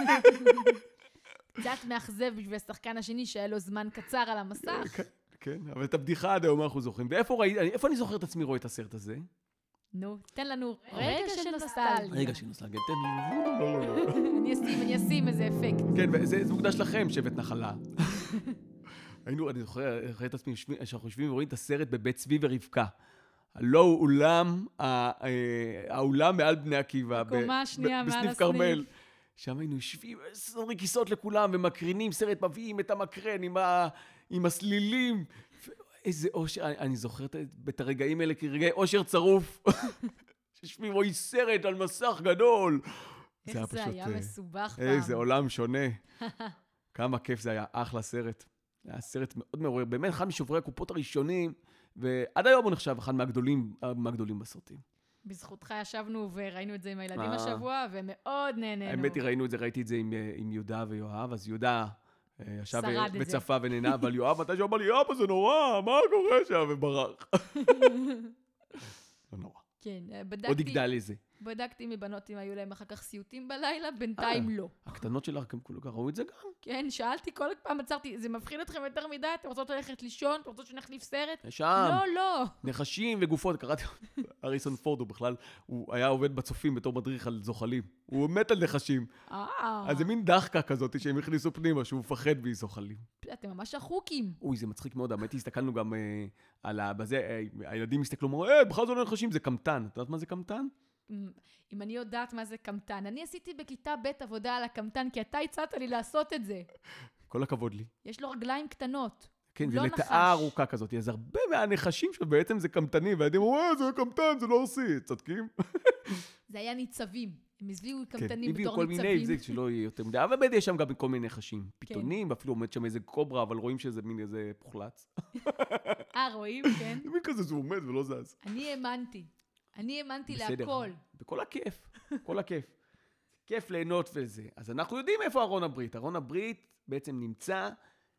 קצת מאכזב בשביל השחקן השני שהיה לו זמן קצר על המסך. כן, כן, אבל את הבדיחה עד היום אנחנו זוכרים. ואיפה ראי, איפה אני זוכר את עצמי רואה את הסרט הזה? נו, תן לנו רגע של נוסטלגיה. רגע של נוסטלגיה, תן לי. אני אשים, אני אשים איזה אפקט. כן, וזה מוקדש לכם, שבט נחלה. היינו, אני זוכר, רואה את עצמי, שאנחנו יושבים ורואים את הסרט בבית צבי ורבקה. הלא הוא אולם, האולם מעל בני עקיבא. בקומה השנייה מעל הסניף כרמל. שם היינו יושבים, סורי כיסות לכולם, ומקרינים סרט, מביאים את המקרן עם, ה, עם הסלילים. איזה אושר, אני, אני זוכר את, את הרגעים האלה כרגעי אושר צרוף. שיושבים, רואי סרט על מסך גדול. איך זה, זה היה מסובך פעם. איזה עולם שונה. כמה כיף זה היה, אחלה סרט. זה היה סרט מאוד מעורר, באמת אחד משוברי הקופות הראשונים, ועד היום הוא נחשב אחד מהגדולים, מהגדולים בסרטים. בזכותך ישבנו וראינו את זה עם הילדים השבוע, ומאוד נהנינו. האמת היא, ראינו את זה, ראיתי את זה עם, עם יהודה ויואב, אז יהודה ישב וצפה ונהנה, אבל יואב, מתי שאומר לי, אבא, זה נורא, מה קורה שם? וברח. לא נורא. כן, בדקתי... עוד יגדל לזה. בדקתי מבנות אם היו להם אחר כך סיוטים בלילה, בינתיים לא. הקטנות שלך הם כולו ראו את זה גם? כן, שאלתי כל פעם, עצרתי, זה מפחיד אתכם יותר מדי? אתם רוצות ללכת לישון? אתם רוצות שנחליף סרט? שם. לא, לא. נחשים וגופות, קראתי, הריסון פורד הוא בכלל, הוא היה עובד בצופים בתור מדריך על זוחלים. הוא מת על נחשים. אז זה מין דחקה כזאת שהם הכניסו פנימה, שהוא מפחד מזוחלים. אתם ממש החוקים. אוי, זה מצחיק מאוד, האמת, הסתכלנו גם על בזה, הילדים הסתכלו, אמרו, אה, בכלל זה לא נחשים, זה קמטן. את יודעת מה זה קמטן? אם אני יודעת מה זה קמטן. אני עשיתי בכיתה ב' עבודה על הקמטן, כי אתה הצעת לי לעשות את זה. כל הכבוד לי. יש לו רגליים קטנות. כן, זה לטאה ארוכה כזאת. אז הרבה מהנחשים שבעצם זה קמטנים, והילדים אומרים, אה, זה קמטן, זה לא עושי. צודקים? זה היה ניצבים. הם הביאו קמטנים בתור ניצבים. הביאו כל מיני, זה שלא יהיה יותר מדי. אבל באמת יש שם גם כל מיני נחשים. פיתונים, ואפילו עומד שם איזה קוברה, אבל רואים שזה מין איזה פוחלץ. אה, רואים, כן. זה מין כזה שהוא עומד ולא זז. אני האמנתי. אני האמנתי להכל. בכל הכיף, כל הכיף. כיף ליהנות וזה. אז אנחנו יודעים איפה ארון הברית. ארון הברית בעצם נמצא,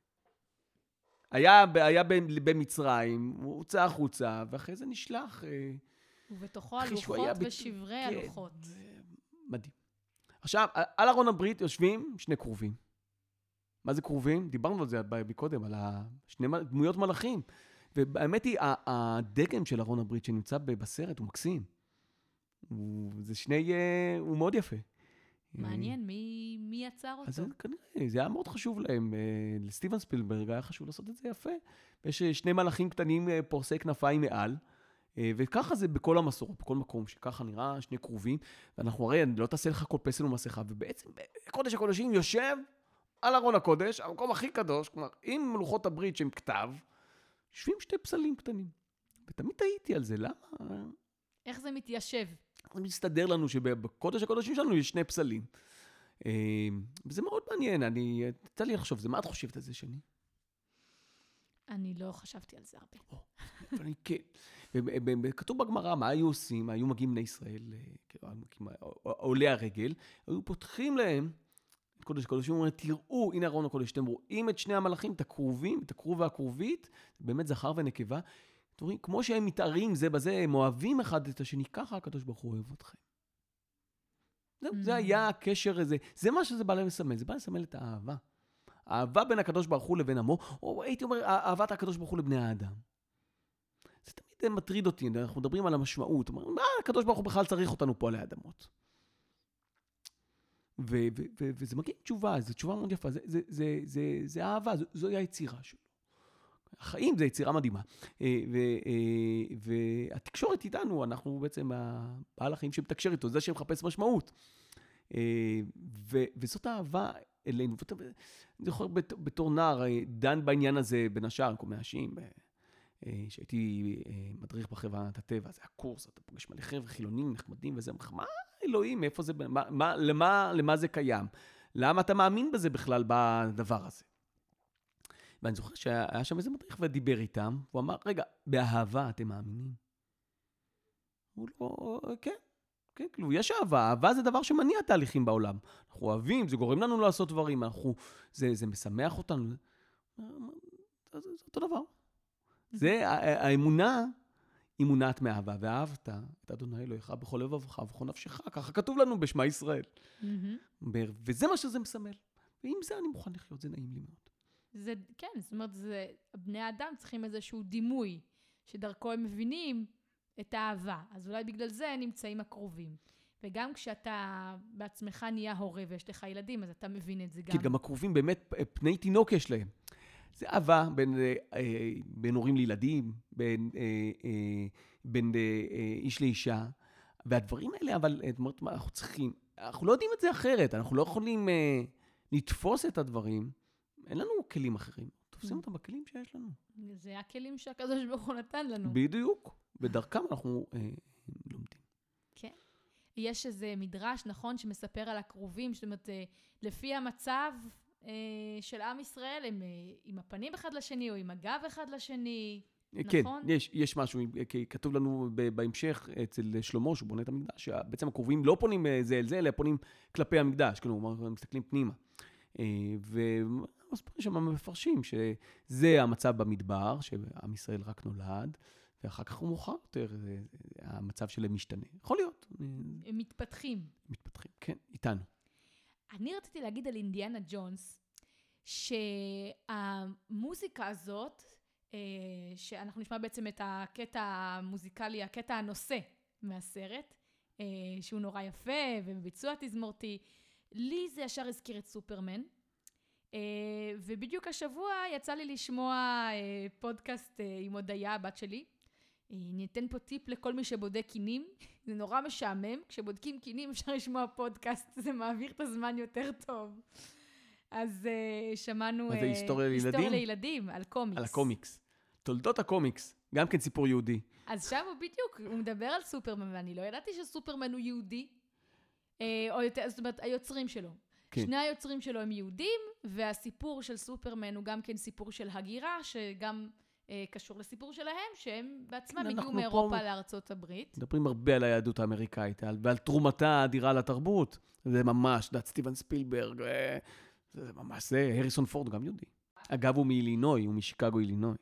היה, היה במצרים, הוא הוצא החוצה, ואחרי זה נשלח. ובתוכו הלוחות ושברי הלוחות. מדהים. עכשיו, על ארון הברית יושבים שני קרובים. מה זה קרובים? דיברנו על זה קודם, על שני דמויות מלאכים. והאמת היא, הדגם של ארון הברית שנמצא בסרט הוא מקסים. זה שני, הוא מאוד יפה. מעניין, מי, מי יצר אותו? אז כנראה, זה היה מאוד חשוב להם. לסטיבן ספילברג היה חשוב לעשות את זה יפה. ויש שני מלאכים קטנים פורסי כנפיים מעל, וככה זה בכל המסורות, בכל מקום, שככה נראה שני קרובים, ואנחנו הרי, לא תעשה לך כל פסל ומסכה, ובעצם בקודש הקודשים יושב על ארון הקודש, המקום הכי קדוש, כלומר, עם לוחות הברית שהם כתב, יושבים שתי פסלים קטנים. ותמיד תהיתי על זה, למה? איך זה מתיישב? זה מסתדר לנו שבקודש הקודשים שלנו יש שני פסלים. וזה מאוד מעניין, אני, תתן לי לחשוב, זה מה את חושבת על זה, שני? אני לא חשבתי על זה הרבה. אבל אני כן. כתוב בגמרא, מה היו עושים? היו מגיעים בני ישראל, עולי הרגל, היו פותחים להם את קודש הקודשים, אומרים, תראו, הנה ארון הקודש, אתם רואים את שני המלאכים, את הקרובים, את הקרוב והקרובית, באמת זכר ונקבה, תראו, כמו שהם מתארים זה בזה, הם אוהבים אחד את השני, ככה הקדוש ברוך הוא אוהב אתכם. זהו, זה היה הקשר הזה, זה מה שזה בא לסמל, זה בא לסמל את האהבה. האהבה בין הקדוש ברוך הוא לבין עמו, או הייתי אומר, אהבת הקדוש ברוך הוא לבני האדם. זה תמיד מטריד אותי, אנחנו מדברים על המשמעות, אומרים, מה הקדוש ברוך הוא בכלל צריך אותנו פה על האדמות? ו- ו- ו- וזה מגיע תשובה, זו תשובה מאוד יפה, זה, זה, זה, זה, זה אהבה, זו, זו היצירה שלו. החיים זה יצירה מדהימה. והתקשורת איתנו, אנחנו בעצם בעל החיים שמתקשר איתו, זה שמחפש משמעות. וזאת האהבה אלינו. אני זוכר בתור נער, דן בעניין הזה בין השאר, כל מיני אנשים, שהייתי מדריך בחברת הטבע, זה הקורס, אתה פוגש מלא חבר'ה חילונים נחמדים וזה, מה אלוהים, איפה זה, מה, למה, למה זה קיים? למה אתה מאמין בזה בכלל בדבר הזה? ואני זוכר שהיה שם איזה מדריך ודיבר איתם, הוא אמר, רגע, באהבה אתם מאמינים? הוא לא, כן, כן, כאילו, יש אהבה, אהבה זה דבר שמניע תהליכים בעולם. אנחנו אוהבים, זה גורם לנו לעשות דברים, אנחנו, זה, זה משמח אותנו. זה, זה, זה אותו דבר. זה, האמונה, היא מונעת מאהבה, ואהבת את אדוני אלוהיך בכל לבבך ובכל נפשך, ככה כתוב לנו בשמע ישראל. וזה מה שזה מסמל. ועם זה אני מוכן לחיות, זה נעים לי מאוד. זה, כן, זאת אומרת, זה, בני האדם צריכים איזשהו דימוי, שדרכו הם מבינים את האהבה. אז אולי בגלל זה נמצאים הקרובים. וגם כשאתה בעצמך נהיה הורה ויש לך ילדים, אז אתה מבין את זה גם. כי גם הקרובים באמת פני תינוק יש להם. זה אהבה בין, אה, בין הורים לילדים, בין, אה, אה, בין אה, איש לאישה, והדברים האלה, אבל מה, אנחנו צריכים, אנחנו לא יודעים את זה אחרת, אנחנו לא יכולים אה, לתפוס את הדברים, אין לנו כלים אחרים, תופסים אותם בכלים שיש לנו. זה הכלים שהקדוש ברוך הוא נתן לנו. בדיוק, בדרכם אנחנו אה, לומדים. כן. יש איזה מדרש, נכון, שמספר על הקרובים, זאת אומרת, לפי המצב אה, של עם ישראל, הם אה, עם הפנים אחד לשני, או עם הגב אחד לשני, כן, נכון? יש, יש משהו, כי כתוב לנו בהמשך אצל שלמה, שהוא בונה את המקדש, שבעצם הקרובים לא פונים זה אל זה, אלא פונים כלפי המקדש, כאילו, הם מסתכלים פנימה. ומספרים שם מפרשים שזה המצב במדבר, שעם ישראל רק נולד, ואחר כך הוא מאוחר יותר, המצב שלהם משתנה. יכול להיות. הם מתפתחים. מתפתחים, כן, איתנו. אני רציתי להגיד על אינדיאנה ג'ונס, שהמוזיקה הזאת, שאנחנו נשמע בעצם את הקטע המוזיקלי, הקטע הנושא מהסרט, שהוא נורא יפה ובביצוע תזמורתי, לי זה ישר הזכיר את סופרמן, ובדיוק השבוע יצא לי לשמוע פודקאסט עם הודיה, הבת שלי. ניתן פה טיפ לכל מי שבודק קינים, זה נורא משעמם, כשבודקים קינים אפשר לשמוע פודקאסט, זה מעביר את הזמן יותר טוב. אז שמענו... מה זה, היסטוריה לילדים? היסטוריה לילדים, על קומיקס. על הקומיקס. תולדות הקומיקס, גם כן סיפור יהודי. אז שם הוא בדיוק, הוא מדבר על סופרמן, ואני לא ידעתי שסופרמן הוא יהודי, או יותר, זאת אומרת, היוצרים שלו. כן. שני היוצרים שלו הם יהודים, והסיפור של סופרמן הוא גם כן סיפור של הגירה, שגם אה, קשור לסיפור שלהם, שהם בעצמם הגיעו מאירופה פה... לארצות הברית. מדברים הרבה על היהדות האמריקאית, ועל תרומתה האדירה לתרבות. זה ממש, דעת סטיבן ספילברג, זה ממש, זה הריסון פורד גם יהודי. אגב, הוא מאילינוי, הוא משיקגו אילינוי.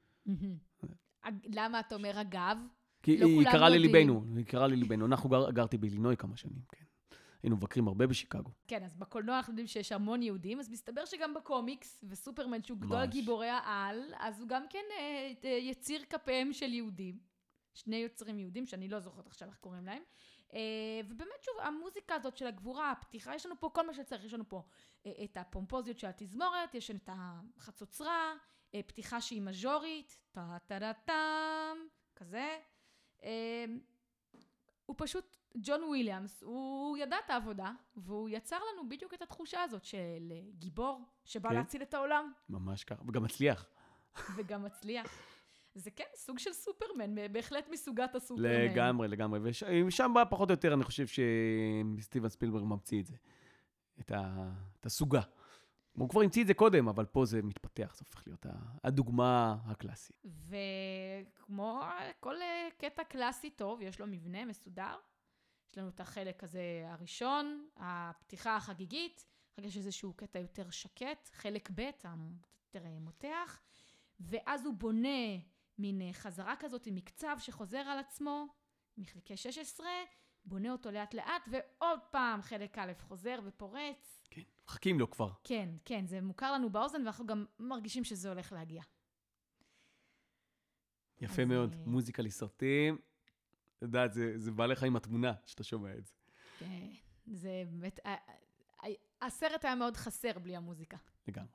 למה אתה אומר אגב? כי היא קראה לליבנו, היא קראה לליבנו. אנחנו גר, גרתי באילינוי כמה שנים, כן. היינו מבקרים הרבה בשיקגו. כן, אז בקולנוע אנחנו יודעים שיש המון יהודים, אז מסתבר שגם בקומיקס, וסופרמן שהוא גדול גיבורי העל, אז הוא גם כן אה, יציר כפיהם של יהודים. שני יוצרים יהודים, שאני לא זוכרת עכשיו איך קוראים להם. אה, ובאמת שוב, המוזיקה הזאת של הגבורה, הפתיחה, יש לנו פה כל מה שצריך, יש לנו פה אה, את הפומפוזיות של התזמורת, יש לנו את החצוצרה, אה, פתיחה שהיא מז'ורית, טה-טה-טם, כזה. אה, הוא פשוט, ג'ון וויליאמס, הוא ידע את העבודה, והוא יצר לנו בדיוק את התחושה הזאת של גיבור שבא כן. להציל את העולם. ממש ככה, וגם מצליח. וגם מצליח. זה כן סוג של סופרמן, בהחלט מסוגת הסופרמן. לגמרי, לגמרי. ושם בא פחות או יותר, אני חושב שסטיבן ספילברג ממציא את זה. את, ה... את הסוגה. הוא כבר המציא את זה קודם, אבל פה זה מתפתח, זה הופך להיות הדוגמה הקלאסית. וכמו כל קטע קלאסי טוב, יש לו מבנה מסודר. יש לנו את החלק הזה הראשון, הפתיחה החגיגית, אחר כך יש איזשהו קטע יותר שקט, חלק ב' יותר מותח, ואז הוא בונה מין חזרה כזאת עם מקצב שחוזר על עצמו, מחלקי שש עשרה, בונה אותו לאט לאט, ועוד פעם חלק א' חוזר ופורץ. כן, מחכים לו כבר. כן, כן, זה מוכר לנו באוזן, ואנחנו גם מרגישים שזה הולך להגיע. יפה מאוד, uh... מוזיקה לסרטים, אתה יודעת, זה, זה בא לך עם התמונה שאתה שומע את זה. כן, זה באמת, הסרט היה מאוד חסר בלי המוזיקה. לגמרי.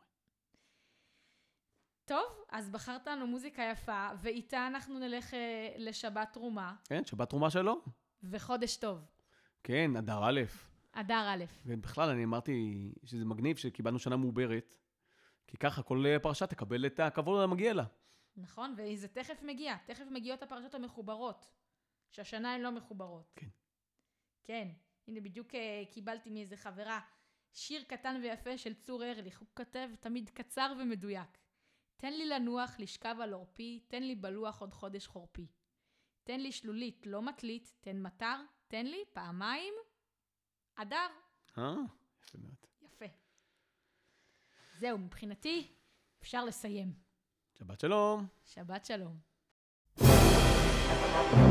טוב, אז בחרת לנו מוזיקה יפה, ואיתה אנחנו נלך לשבת תרומה. כן, שבת תרומה שלו. וחודש טוב. כן, אדר א'. אדר א'. ובכלל, אני אמרתי שזה מגניב שקיבלנו שנה מעוברת, כי ככה כל פרשה תקבל את הכבוד המגיע לה. נכון, וזה תכף מגיע. תכף מגיעות הפרשות המחוברות, שהשנה הן לא מחוברות. כן. כן. הנה, בדיוק קיבלתי מאיזה חברה שיר קטן ויפה של צור ארליך. הוא כתב תמיד קצר ומדויק. תן לי לנוח, לשכב על עורפי, תן לי בלוח עוד חודש חורפי. תן לי שלולית, לא מטלית, תן מטר, תן לי פעמיים, אדר. אה, יפה מאוד. יפה. זהו, מבחינתי, אפשר לסיים. שבת שלום. שבת שלום.